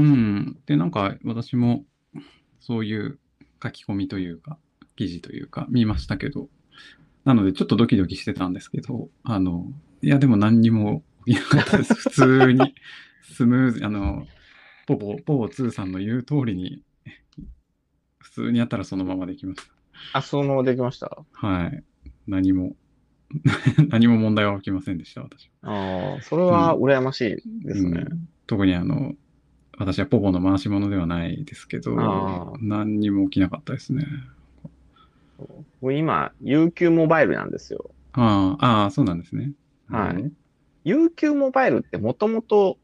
で、なんか私もそういう書き込みというか、記事というか見ましたけど、なのでちょっとドキドキしてたんですけど、いやでも何にも起きなかったです。普通にスムーズ、ポポ2さんの言う通りに、普通にやったらそのままできましそのままできました。 た。はい。何も、何も問題は起きませんでした、私は。 それはうん。 羨ましいですね。 うん。特に私はポポの回し物ではないですけど、 ああ、 何にも起きなかったですね。 僕今、UQ モバイルなんですよ。 そうなんですね。なるほはい。 ど。 UQ モバイルってもともと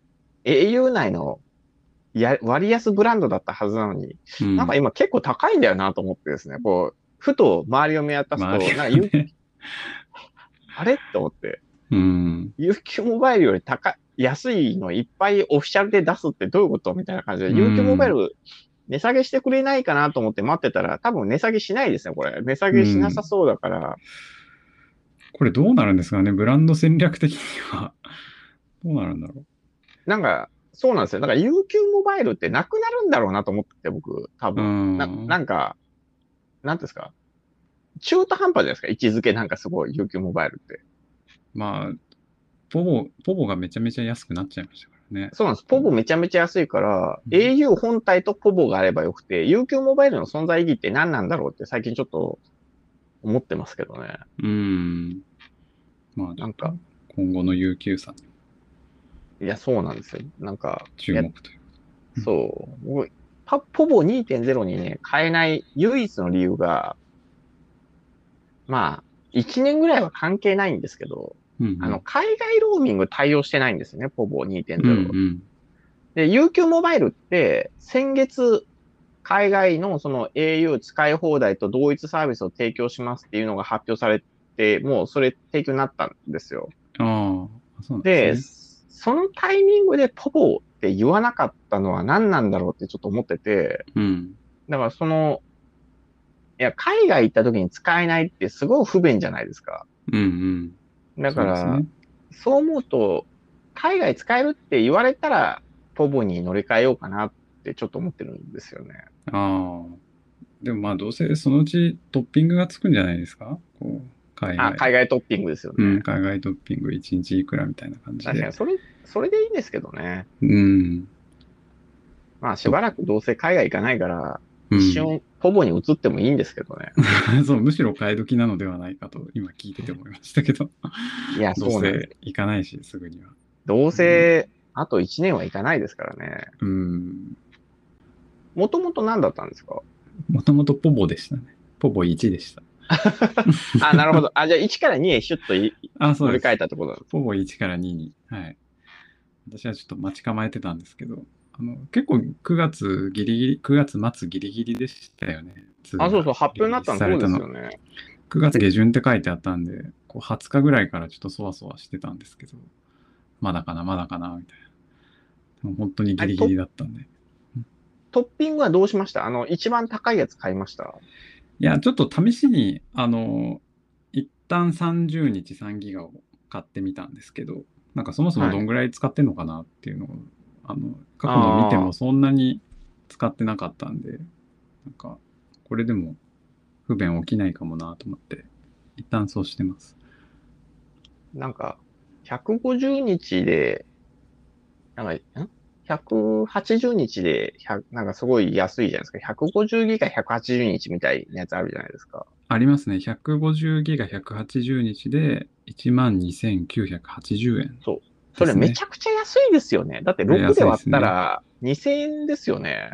au 内の割安ブランドだったはずなのに、なんかうん。 今結構高いんだよなと思ってですね、こう、ふと周りを見渡す周りと、なんかがね。 あれって思って、 うん。 UQ モバイルより安いのいっぱいオフィシャルで出すってどういうことみたいな感じで、 う UQ モバイん。 ル値下げしてくれないかなと思って待ってたら、多分値下げしないですね、これ。値下うげしなさん。 そうだから、 これどうなるんですかね、ブランド戦略的には。どうなるんだろなんか、そうなんですよ。だから UQ モバイルってなくなるんだろうなと思ってて、僕、多う。う分。なん。 んか、なんていうんですか。中途半端じゃないですか、位置づけなんかすごい UQ モバイルって。 まあ、ポボがめちゃめちゃ安くなっちゃいましたからね。 そうなんです。ポボめちゃめちゃ安いから、 うん。 au 本体とポボがあればよくて、UQ モバイルの存在意義って何なんだろうって最近ちょっと思ってますけどね。 うん。まあ、ちょっと、 なんか、 今後の UQ さんにいや、そうなんですよ。なんか、 注目という。うん。 そう。僕ポボ2.0にね、変えない唯一の理由が、まあ、1年ぐらいは関係ないんですけど、 うん。 海外ローミング対応してないんですよね、ポボうん。う 2.0。 ん。 で、UQ モバイルって、先月、 海外のその au 使い放題と同一サービスを提供しますっていうのが発表されて、もうそれ提供になったんですよ。 ああ、そうなんですで、 ね。 そのタイミングでポポって言わなかったのは何なんだろうってちょっと思ってて、 うん。 だからいや、海外行った時に使えないってすごい不便じゃないですか。 うんうん。 だから、 そうですね。 そう思うと、海外使えるって言われたら、ポポに乗り換えようかなってちょっと思ってるんですよね。 ああ。でもまあどうせそのうちトッピングがつくんじゃないですかこう、海あ、 外。 海外トッピングですようん、 ね。 海外トッピング1日いくらみたいな感じで。 確かに、それでいいんですけどね。 うん。 まあ、しと、 ばらくどうせ海外行かないから、 うん。 一瞬、ポポに移ってもいいんですけどね。 そう、むしろ買い時なのではないかと今聞いてて思いましたけど。 いや、 どうそうなんです。 せ行かないし、すぐには。 どううん。 せ、あと1年は行かないですからね。 うん。 もともと何だったんですか？ もともとポボでしたね。ポボ1でした。 あ、なるほど。あ、じゃあ1から2へシュッとあ、そう乗り換えです。 たってことなんです。 ポボ1から2に。はい。私はちょっと待ち構えてたんですけど、結構9月ギリギリ、9月末ギリギリでしたよね。2 あ、そうそう、 が発表になっリリースたのそうでされたの。 すよね。 9月で、 下旬って書いてあったんで、こう20日ぐらいからちょっとそわそわしてたんですけど、まだかな、まだかな、みたいな。でも本当にあれ、 ギリギリだったんで。 トッピングはどうしました？一番高いやつ買いました？ いや、ちょっと試しに、一旦30日3ギガを買ってみたんですけど、なんかそもそもはい。 どんぐらい使ってんのかなっていうのを、過去の見てもああ、 そんなに使ってなかったんで、なんか、これでも不便起きないかもなと思って、一旦そうしてます。 なんか、150日で、なんか、180日で、なんかすごい安いじゃないですか。150ギガ180日みたいなやつあるじゃないですか。 ありますね。150ギガ180日で12,980円そう。それですね。 めちゃくちゃ安いですよね。だってこれ 6で割った安いですね。 ら2000円ですよね。 うん。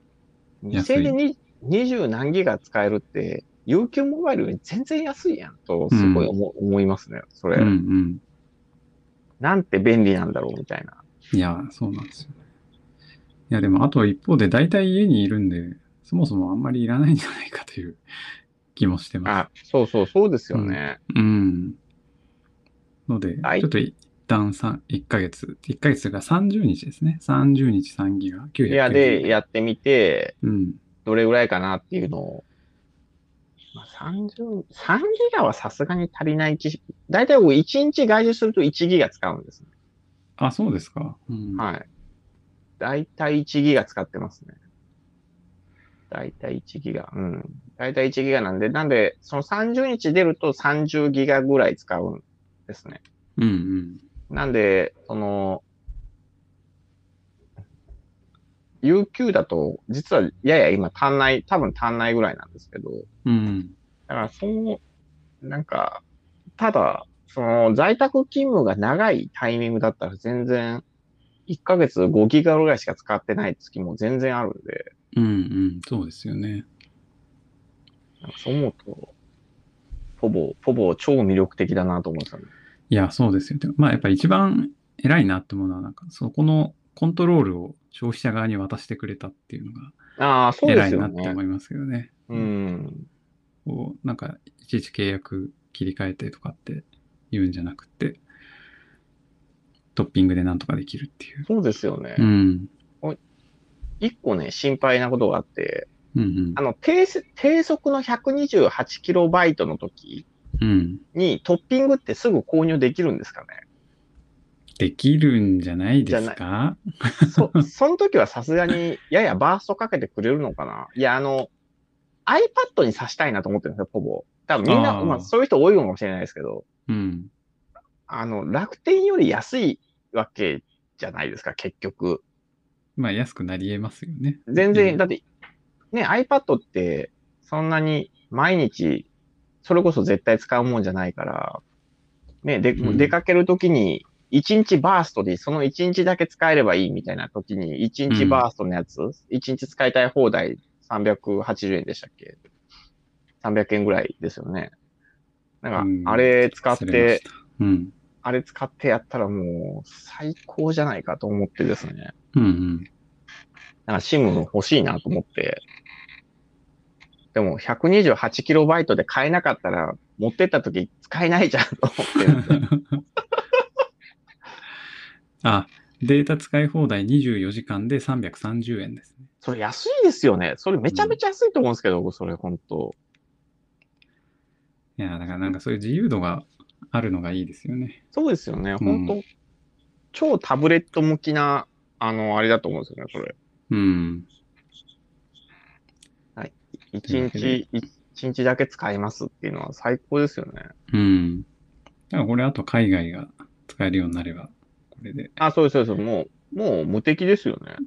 2000円で安い。 20何ギガ使えるって、UQ モバイルより全然安いやんと、すごいうん。 思いますね。そうんうれ。 ん。 なんて便利なんだろうみたいな。 いや、そうなんですよ。いや、でも、あとは一方で、大体家にいるんで、そもそもあんまりいらないんじゃないかという気もしてます。 あ、そうそう、そうですうん。 よね。 うん。ので、 はい。 ちょっと一旦1ヶ月、1ヶ月が30日ですね。30日3ギガ、 いや、 990 で、や円。 ってみて、 うん。 どれぐらいかなっていうのを、まあ、3ギガはさすがに足りないだいたい僕1日外出すると1ギガ使うんですね。 あ、そうですか。うん。 はい。だいたい1ギガ使ってますね。だいたい1ギガ。うん。だいたい1ギガなんで、その30日出ると30ギガぐらい使うんですね。 うんうん。 なんで、UQ だと、実はやや今多分足んないぐらいなんですけど、 うん。 だからなんか、ただ、その在宅勤務が長いタイミングだったら全然、1ヶ月5ギガぐらいしか使ってない月も全然あるんで、 うんうん。そうですよね。 なんかそう思うと、ポボ超魅力的だなと思うんですよね。 いや、そうですよ。でもまあ、やっぱ一番偉いなって思うのは、なんか、そこのコントロールを消費者側に渡してくれたっていうのがああ、そうで偉いすよね。 なって思いますけどね。 ううん。 ん。 こう、なんか、いちいち契約切り替えてとかって言うんじゃなくて、トッピングでなんとかできるっていう。 そうですよね。 うん。 一個ね、心配なことがあって、 うん低速の 128KB の時うん。うん。 にトッピングってすぐ購入できるんですかね？ できるんじゃないでじゃない。 すか？ その時はさすがにややバーストかけてくれるのかな？いや、iPad に挿したいなと思ってるんですよ、ほぼ。多分みんな、まあああ、 そういう人多いのかもしれないですけど、 うん。 楽天より安いわけじゃないですか、結局。 まあ、安くなり得ますよね。 全然、 今。 だってね、iPad ってそんなに毎日、それこそ絶対使うもんじゃないから、ね、出うん。 かけるときに、1日バーストで、その1日だけ使えればいいみたいな時に、1 うん。 日バーストのやつ、1日使いたい放題380円でしたっけ？ 300 円ぐらいですよね。なんか、 うん。ちょっと忘れました。うん。 あれ使ってやったらもう最高じゃないかと思ってですね。 うんうん。 なんか SIM 欲しいなと思って。でも 128KB で買えなかったら持ってった時使えないじゃんと思ってるんですよ。 あ、データ使い放題24時間で330円ですね。 それ安いですよね。それめちゃめちゃ安いと思うんですけど、それ本当。 いや、だからなんかそういう自由度があるのがいいですよね。 そうですよね。 うん。 本当超タブレット向きな、あれだと思うんですよね、それ。 うん。 はい。 というわけで。 一日だけ使いますっていうのは最高ですよね。 うん。だからこれあと海外が使えるようになれば、これで。 あ、そうです、そうです。もう無敵ですよね。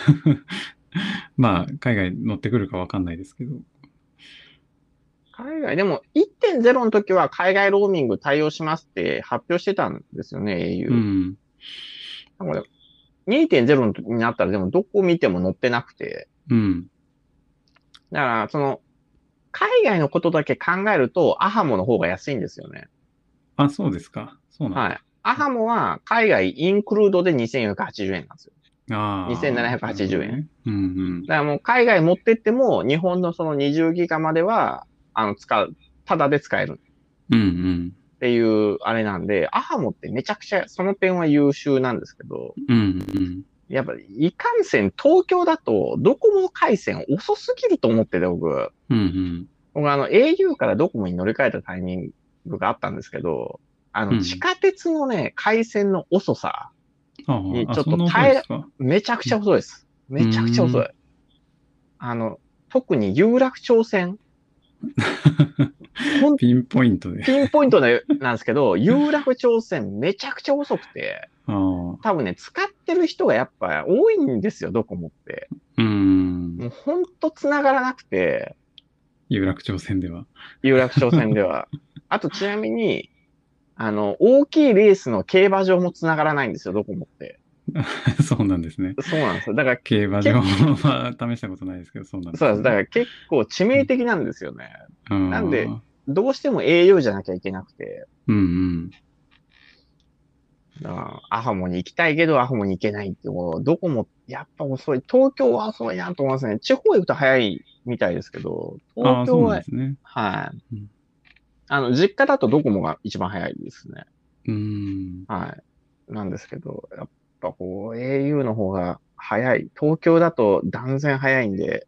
まあ、海外乗ってくるかわかんないですけど。 海外、でも1.0の時は海外ローミング対応しますって発表してたんですよね、 う au。 ん。 だから2.0になったらでもどこ見ても載ってなくて。 うん。 だから、海外のことだけ考えると、アハモの方が安いんですよね。 あ、そうですか。そうなんだ。 はい。アハモは海外インクルードで2480円なんですよ。 ああ、なるほ 2780円。 どね。うんうんだからもう海外持ってっても、日本のその20ギガまでは、ただで使えるうんうんっていうあれなんで、アハモってめちゃくちゃその点は優秀なんですけど、 うんうんやっぱりいかんせん東京だとドコモ回線遅すぎると思ってて、 うん僕au からドコモに乗り換えたタイミングがあったんですけど、地うん下鉄のね、回線の遅さにああ、 ちょっそんな遅いとですか。 めちゃくちゃ遅いです。 うめちゃくちゃ遅い。 ん。 特に有楽町線、ほん、 ピンポイントで。 ピンポイントなんですけど、有楽町線めちゃくちゃ遅くて、 ああ、 多分ね、使ってる人がやっぱ多いんですよ、ドコモって。 うん。 もうほんと繋がらなくて、 有楽町線では。 有楽町線では。あとちなみに、大きいレースの競馬場も繋がらないんですよ、ドコモって。 そうなんですね。 そうなんですよ。だから、 競馬場は試したことないですけど、そうなんでそうです。だかすね。 ら結構致命的なんですよね。 うなんで、 ん。 どうしても au じゃなきゃいけなくて、 うんうんだからアハモに行きたいけど、アハモに行けないっていう、どこもやっぱ遅い。東京は遅いなと思いますね。地方行くと早いみたいですけど、東ああ、そうなんで京は、 すね。 はい。 うん。 実家だとドコモが一番早いですね。 うん。 はい。なんですけど、やっぱau の方が早い。東京だと断然早いんで、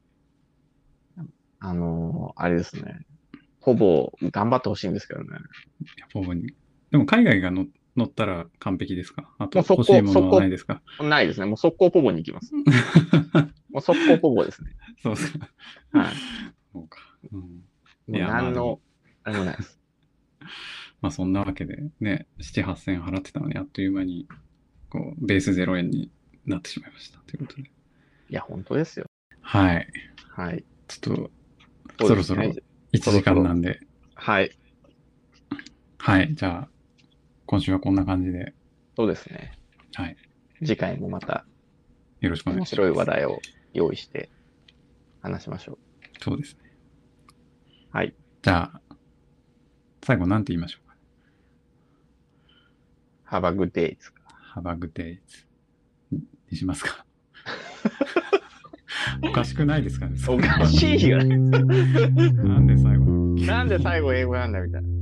あれですね。ほぼ頑張ってほしいんですけどね。 ほぼに。でも海外が乗ったら完璧ですか？あともう欲しいものはないですか？ ないですね。もう速攻ポボに行きます。もう速攻ポボですね。 そうですか。 はい。 そうか。うん、 もういや、まあでも、 あれもないです。 まあそんなわけでね、7、8千払ってたのにあっという間に、ベース0円になってしまいました。ということで。 いや、本当ですよ。 はい。 はい。 ちょっと、 そうですね。 そろそろ1時間なんで、 はい。 はい。じゃあ、今週はこんな感じで、 そうですね。 はい。 次回もまたよろしくお願いします。 面白い話題を用意して話しましょう。 そうですね。 はい。 じゃあ、最後なんて言いましょうか。 Have a good day ですか。 Have a good day にしますか。おかしくないですかね。 おかしいよ。 なんで最後なんで最後英語なんだみたいな。